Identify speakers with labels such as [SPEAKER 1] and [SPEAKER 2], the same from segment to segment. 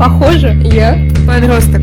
[SPEAKER 1] Похоже, я подросток.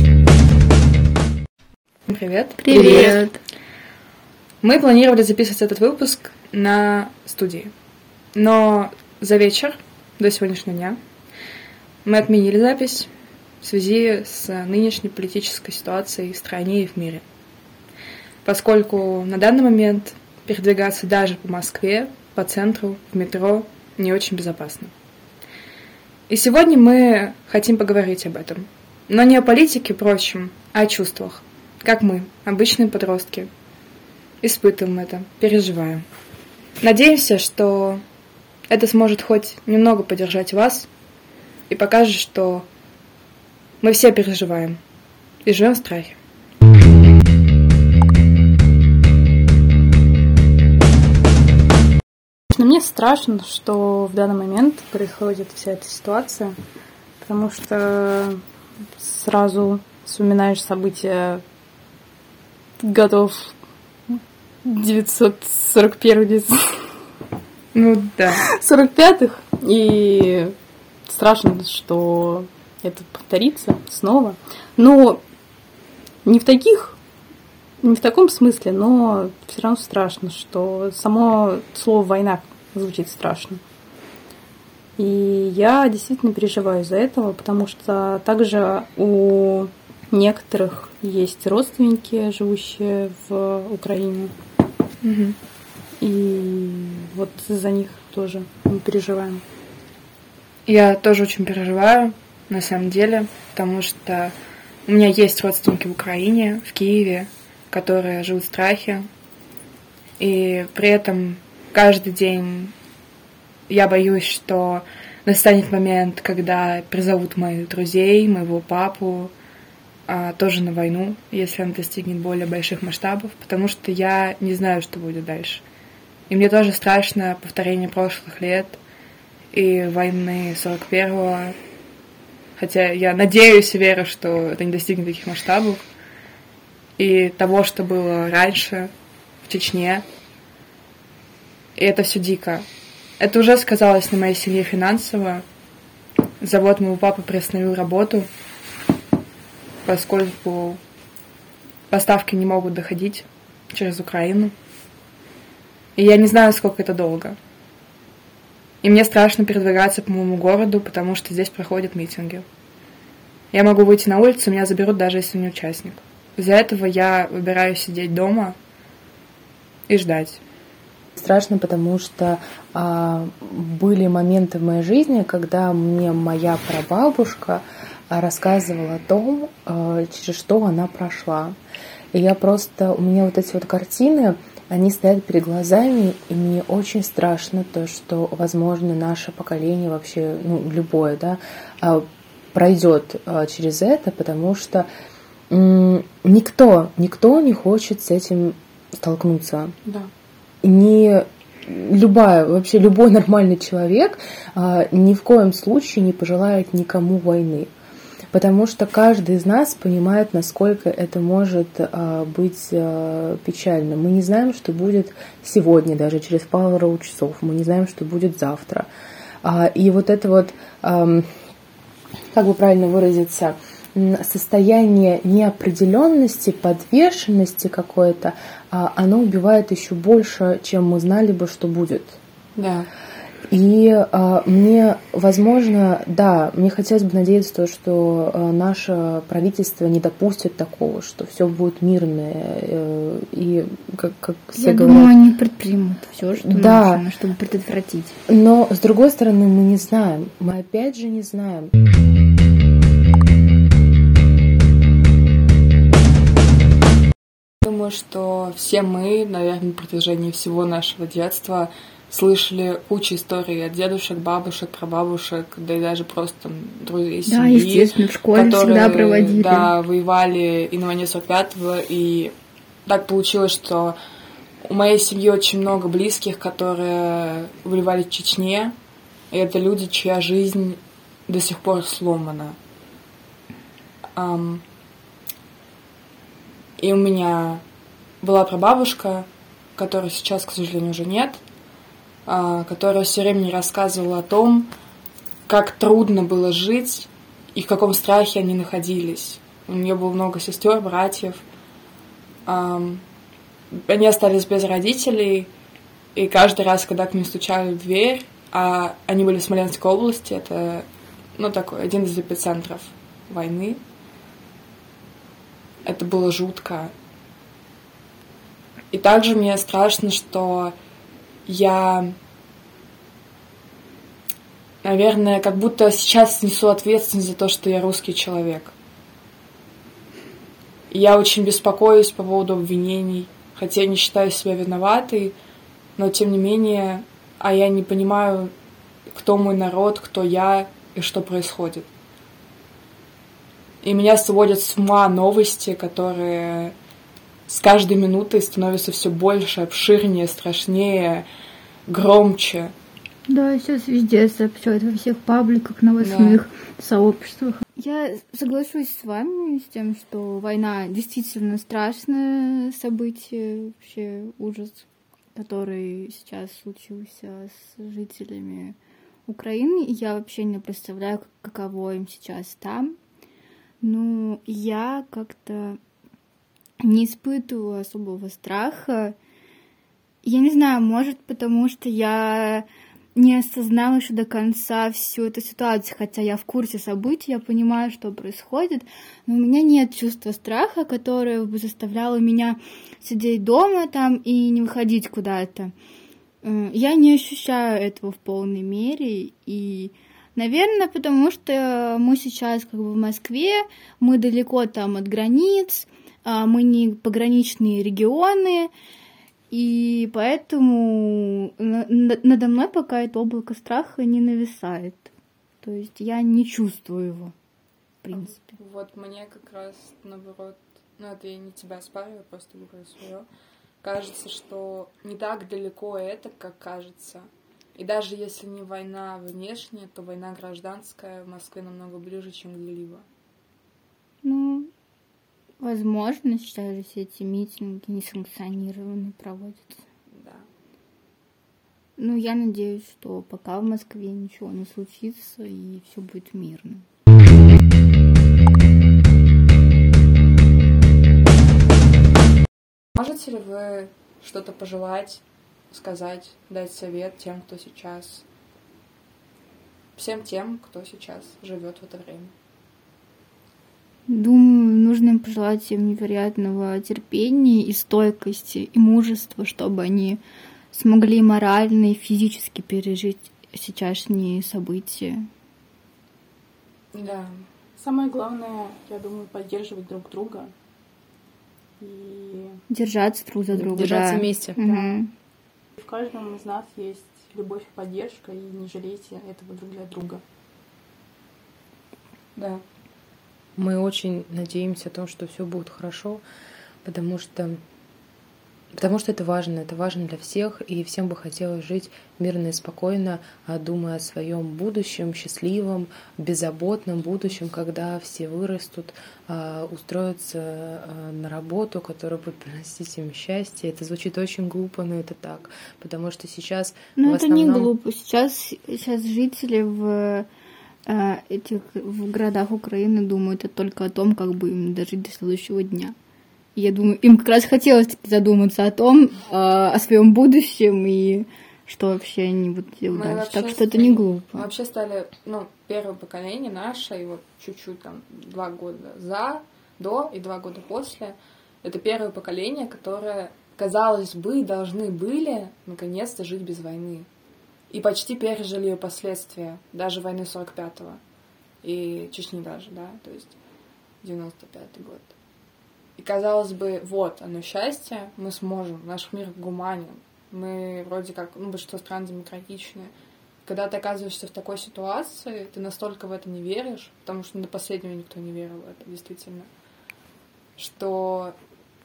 [SPEAKER 2] Привет.
[SPEAKER 1] Привет.
[SPEAKER 2] Мы планировали записывать этот выпуск на студии, но за вечер до сегодняшнего дня мы отменили запись в связи с нынешней политической ситуацией в стране и в мире, поскольку на данный момент передвигаться даже по Москве, по центру, в метро не очень безопасно. И сегодня мы хотим поговорить об этом, но не о политике, впрочем, а о чувствах, как мы, обычные подростки, испытываем это, переживаем. Надеемся, что это сможет хоть немного поддержать вас и покажет, что мы все переживаем и живем в страхе.
[SPEAKER 1] Мне страшно, что в данный момент происходит вся эта ситуация, потому что сразу вспоминаешь события годов 941-945-х, и страшно, что это повторится снова. Но не в таком смысле, но все равно страшно, что само слово «война» звучит страшно. И я действительно переживаю из-за этого, потому что также у некоторых есть родственники, живущие в Украине.
[SPEAKER 2] Угу.
[SPEAKER 1] И вот за них тоже мы переживаем.
[SPEAKER 2] Я тоже очень переживаю, на самом деле, потому что у меня есть родственники в Украине, в Киеве, которые живут в страхе. И при этом каждый день я боюсь, что настанет момент, когда призовут моих друзей, моего папу, тоже на войну, если она достигнет более больших масштабов, потому что я не знаю, что будет дальше. И мне тоже страшно повторение прошлых лет и войны 41-го, хотя я надеюсь и верю, что это не достигнет таких масштабов, и того, что было раньше в Чечне. И это все дико. Это уже сказалось на моей семье финансово. Завод моего папы приостановил работу, поскольку поставки не могут доходить через Украину. И я не знаю, сколько это долго. И мне страшно передвигаться по моему городу, потому что здесь проходят митинги. Я могу выйти на улицу, меня заберут, даже если не участник. Из-за этого я выбираю сидеть дома и ждать.
[SPEAKER 3] Страшно, потому что были моменты в моей жизни, когда мне моя прабабушка рассказывала о том, через что она прошла. И у меня вот эти вот картины, они стоят перед глазами, и мне очень страшно то, что, возможно, наше поколение вообще, любое, да, пройдет через это, потому что никто не хочет с этим столкнуться.
[SPEAKER 1] Да.
[SPEAKER 3] Вообще любой нормальный человек ни в коем случае не пожелает никому войны. Потому что каждый из нас понимает, насколько это может быть печально. Мы не знаем, что будет сегодня, даже через пару часов. Мы не знаем, что будет завтра. И вот это вот, как бы правильно выразиться, состояние неопределенности, подвешенности какой-то, оно убивает еще больше, чем мы знали бы, что будет.
[SPEAKER 1] Да.
[SPEAKER 3] И мне хотелось бы надеяться, что наше правительство не допустит такого, что все будет мирно. И как все говорят,
[SPEAKER 4] думаю, они предпримут все, что нужно, чтобы предотвратить.
[SPEAKER 3] Но, с другой стороны, мы не знаем. Мы опять же не знаем.
[SPEAKER 2] Думаю, что все мы, наверное, на протяжении всего нашего детства слышали кучу историй от дедушек, бабушек, прабабушек, да и даже просто друзей семьи.
[SPEAKER 4] Да, естественно, в школе всегда проводили.
[SPEAKER 2] Да, воевали и на войне 45-го, и так получилось, что у моей семьи очень много близких, которые воевали в Чечне, и это люди, чья жизнь до сих пор сломана. И у меня была прабабушка, которой сейчас, к сожалению, уже нет, которая все время мне рассказывала о том, как трудно было жить и в каком страхе они находились. У нее было много сестер, братьев. Они остались без родителей, и каждый раз, когда к ним стучали в дверь, а они были в Смоленской области, это, такой один из эпицентров войны, это было жутко. И также мне страшно, что я, наверное, как будто сейчас несу ответственность за то, что я русский человек. И я очень беспокоюсь по поводу обвинений, хотя я не считаю себя виноватой, но тем не менее, я не понимаю, кто мой народ, кто я и что происходит. И меня сводят с ума новости, которые с каждой минутой становятся все больше, обширнее, страшнее, громче.
[SPEAKER 4] Да, сейчас везде сообщают, во всех пабликах, новостных сообществах. Я соглашусь с вами, с тем, что война действительно страшное событие, вообще ужас, который сейчас случился с жителями Украины. Я вообще не представляю, каково им сейчас там. Но я как-то не испытываю особого страха. Я не знаю, может, потому что я не осознала еще до конца всю эту ситуацию, хотя я в курсе событий, я понимаю, что происходит, но у меня нет чувства страха, которое бы заставляло меня сидеть дома там и не выходить куда-то. Я не ощущаю этого в полной мере, и, наверное, потому что мы сейчас как бы в Москве, мы далеко там от границ, мы не пограничные регионы, и поэтому надо мной пока это облако страха не нависает. То есть я не чувствую его, в принципе.
[SPEAKER 2] Вот мне как раз наоборот, это я не тебя спариваю, просто говорю свое. Кажется, что не так далеко это, как кажется. И даже если не война внешняя, то война гражданская в Москве намного ближе, чем где-либо.
[SPEAKER 4] Возможно, сейчас же все эти митинги несанкционированные проводятся.
[SPEAKER 2] Да.
[SPEAKER 4] Я надеюсь, что пока в Москве ничего не случится и все будет мирно.
[SPEAKER 2] Можете ли вы что-то пожелать, сказать, дать совет тем, кто сейчас... всем тем, кто сейчас живет в это время?
[SPEAKER 4] Думаю, нужно им пожелать им невероятного терпения и стойкости, и мужества, чтобы они смогли морально и физически пережить сейчасшние события.
[SPEAKER 2] Да.
[SPEAKER 1] Самое главное, я думаю, поддерживать друг друга. И
[SPEAKER 4] держаться друг за друга.
[SPEAKER 3] Держаться вместе.
[SPEAKER 4] Угу.
[SPEAKER 1] в каждом из нас есть любовь и поддержка, и не жалейте этого друг для друга.
[SPEAKER 2] Да.
[SPEAKER 3] Мы очень надеемся о том, что все будет хорошо, потому что это важно для всех, и всем бы хотелось жить мирно и спокойно, думая о своем будущем, счастливом, беззаботном будущем, когда все вырастут, устроятся на работу, которая будет приносить им счастье. Это звучит очень глупо, но это так, потому что сейчас в
[SPEAKER 4] это не
[SPEAKER 3] основном...
[SPEAKER 4] глупо. Сейчас жители в городах Украины думают только о том, как бы им дожить до следующего дня. И я думаю, им как раз хотелось задуматься о том, о своем будущем и что вообще они будут делать дальше. Так что это не глупо.
[SPEAKER 2] Мы вообще стали, первое поколение наше, и вот чуть-чуть там 2 года до и 2 года после. Это первое поколение, которое, казалось бы, должны были наконец-то жить без войны. И почти пережили ее последствия, даже войны 45-го. И Чечни даже, да, то есть 95-й год. И казалось бы, вот оно счастье, мы сможем, наш мир гуманен, мы вроде как, большинство стран демократичные. Когда ты оказываешься в такой ситуации, ты настолько в это не веришь, потому что до последнего никто не верил в это, действительно, что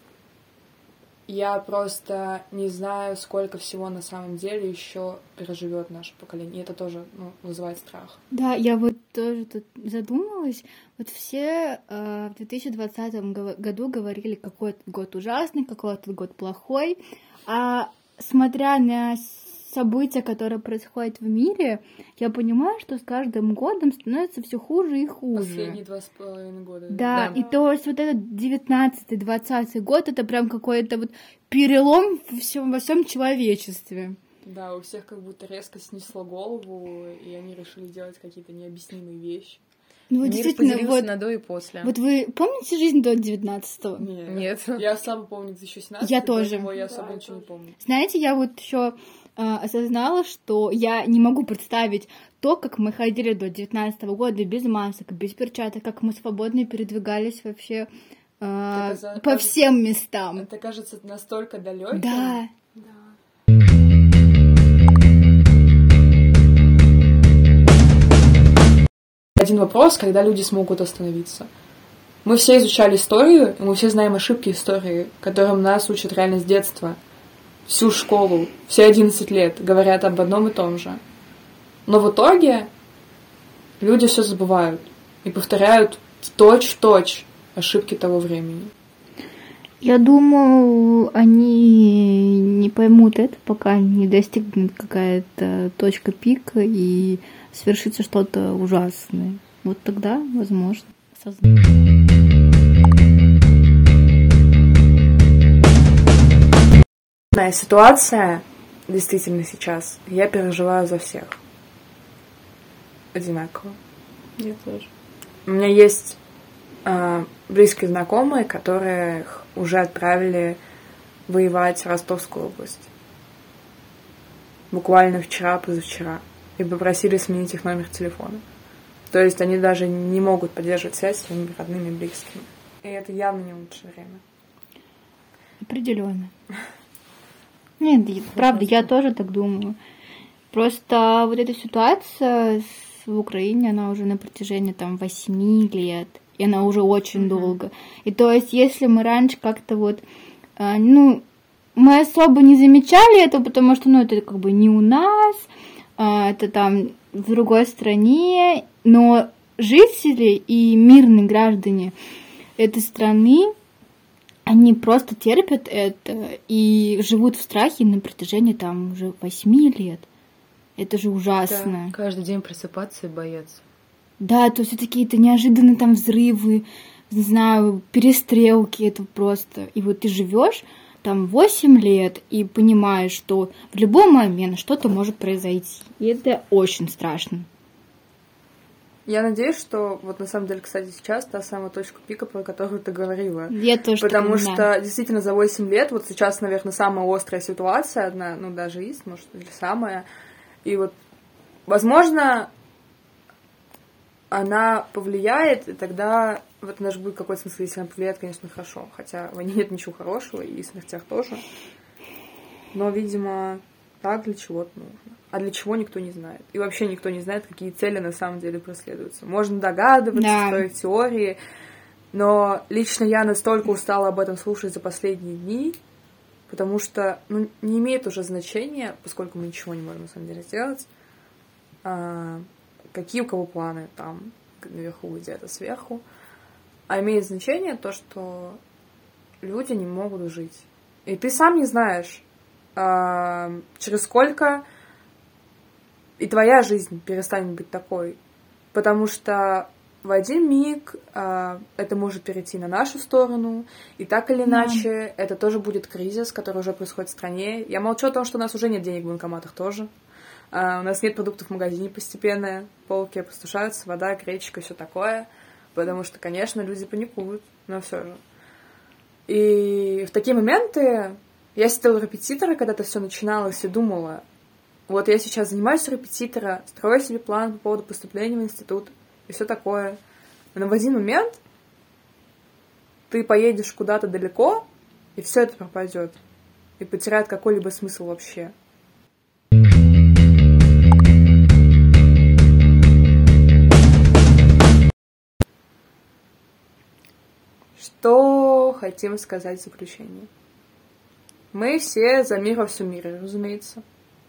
[SPEAKER 2] я просто не знаю, сколько всего на самом деле еще переживет наше поколение. И это тоже вызывает страх.
[SPEAKER 4] Да, я вот тоже тут задумалась. Вот все в 2020 году говорили, какой этот год ужасный, какой этот год плохой. А смотря на события, которые происходят в мире, я понимаю, что с каждым годом становится все хуже и хуже.
[SPEAKER 2] Последние 2,5 года.
[SPEAKER 4] Да, и то есть вот этот 19-20 год, это прям какой-то вот перелом во всем человечестве.
[SPEAKER 2] Да, у всех как будто резко снесло голову, и они решили делать какие-то необъяснимые вещи.
[SPEAKER 4] Ну, вот
[SPEAKER 3] Мир
[SPEAKER 4] действительно,
[SPEAKER 3] поделился
[SPEAKER 4] вот,
[SPEAKER 3] на до и после.
[SPEAKER 4] вот вы помните жизнь до 19-го?
[SPEAKER 3] Нет.
[SPEAKER 2] Я слабо помню 2017.
[SPEAKER 4] Я тоже.
[SPEAKER 2] Я особо ничего не помню.
[SPEAKER 4] Знаете, я вот еще осознала, что я не могу представить то, как мы ходили до 19-го года без масок, без перчаток, как мы свободно передвигались вообще по всем местам.
[SPEAKER 2] Это кажется настолько далеким.
[SPEAKER 4] Да.
[SPEAKER 2] Один вопрос, когда люди смогут остановиться. Мы все изучали историю, и мы все знаем ошибки истории, которым нас учат реально с детства. Всю школу, все 11 лет говорят об одном и том же. Но в итоге люди все забывают и повторяют в точь-в-точь ошибки того времени.
[SPEAKER 4] Я думаю, они не поймут это, пока не достигнет какая-то точка пика и свершится что-то ужасное. Вот тогда, возможно, осознают.
[SPEAKER 2] Ситуация действительно сейчас. Я переживаю за всех. Одинаково.
[SPEAKER 1] Я тоже.
[SPEAKER 2] У меня есть близкие знакомые, которых уже отправили воевать в Ростовскую область. Буквально вчера, позавчера. И попросили сменить их номер телефона. То есть они даже не могут поддерживать связь с своими родными и близкими. И это явно не лучшее время.
[SPEAKER 4] Определенно. Нет, правда, я тоже так думаю. Просто вот эта ситуация в Украине, она уже на протяжении 8 лет. И она уже очень долго. И то есть, если мы раньше как-то вот, мы особо не замечали этого, потому что, это как бы не у нас, это там в другой стране, но жители и мирные граждане этой страны, они просто терпят это и живут в страхе на протяжении уже 8 лет. Это же ужасно.
[SPEAKER 3] Да, каждый день просыпаться и бояться.
[SPEAKER 4] Да, то есть это какие-то неожиданные взрывы, не знаю, перестрелки, это просто. И вот ты живешь 8 лет и понимаешь, что в любой момент что-то может произойти. И это очень страшно.
[SPEAKER 2] Я надеюсь, что вот на самом деле, кстати, сейчас та самая точка пика, про которую ты говорила.
[SPEAKER 4] Я тоже.
[SPEAKER 2] Потому что действительно за 8 лет, вот сейчас, наверное, самая острая ситуация одна, даже есть, может, или самая. И вот, возможно, она повлияет, и тогда в этом даже будет какой-то смысл, если она повлияет, конечно, хорошо. Хотя в войне нет ничего хорошего, и в смертях тоже. Но, видимо, так для чего-то нужно. А для чего никто не знает. И вообще никто не знает, какие цели на самом деле преследуются. Можно догадываться, строить теории, но лично я настолько устала об этом слушать за последние дни, потому что не имеет уже значения, поскольку мы ничего не можем на самом деле сделать, какие у кого планы там наверху, где-то сверху. А имеет значение то, что люди не могут жить. И ты сам не знаешь, через сколько и твоя жизнь перестанет быть такой. Потому что в один миг это может перейти на нашу сторону, и так или иначе это тоже будет кризис, который уже происходит в стране. Я молчу о том, что у нас уже нет денег в банкоматах тоже. У нас нет продуктов в магазине постепенно, полки опустошаются, вода, гречка, все такое. Потому что, конечно, люди паникуют, но все же. И в такие моменты я сидела у репетитора, когда это все начиналось, и думала, вот я сейчас занимаюсь у репетитора, строю себе план по поводу поступления в институт и все такое. Но в один момент ты поедешь куда-то далеко, и все это пропадет. И потеряет какой-либо смысл вообще. Что хотим сказать в заключение? Мы все за мир во всем мире, разумеется.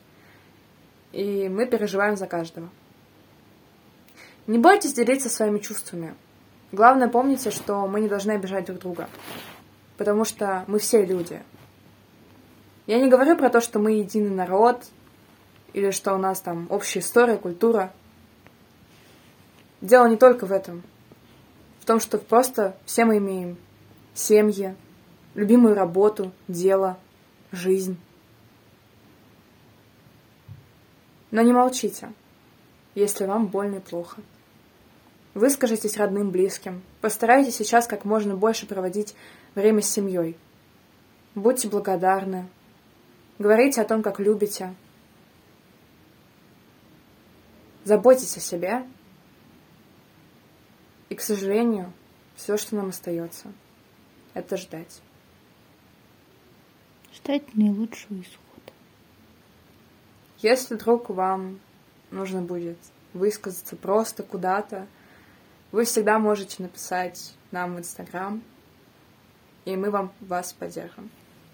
[SPEAKER 2] И мы переживаем за каждого. Не бойтесь делиться своими чувствами. Главное, помните, что мы не должны обижать друг друга. Потому что мы все люди. Я не говорю про то, что мы единый народ, или что у нас там общая история, культура. Дело не только в этом. В том, что просто все мы имеем семьи, любимую работу, дело, жизнь. Но не молчите, если вам больно и плохо. Выскажитесь родным, близким. Постарайтесь сейчас как можно больше проводить время с семьей. Будьте благодарны. Говорите о том, как любите. Заботьтесь о себе. И, к сожалению, все, что нам остается, это ждать.
[SPEAKER 4] Ждать наилучшего исхода.
[SPEAKER 2] Если вдруг вам нужно будет высказаться просто куда-то, вы всегда можете написать нам в Инстаграм, и мы вас поддержим.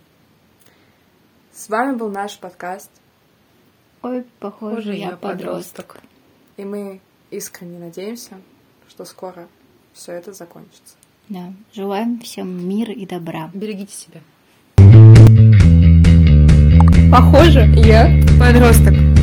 [SPEAKER 2] С вами был наш подкаст.
[SPEAKER 4] Ой, похоже, я подросток.
[SPEAKER 2] И мы искренне надеемся, что скоро все это закончится.
[SPEAKER 4] Да. Желаем всем мира и добра.
[SPEAKER 3] Берегите себя.
[SPEAKER 2] Похоже, я подросток.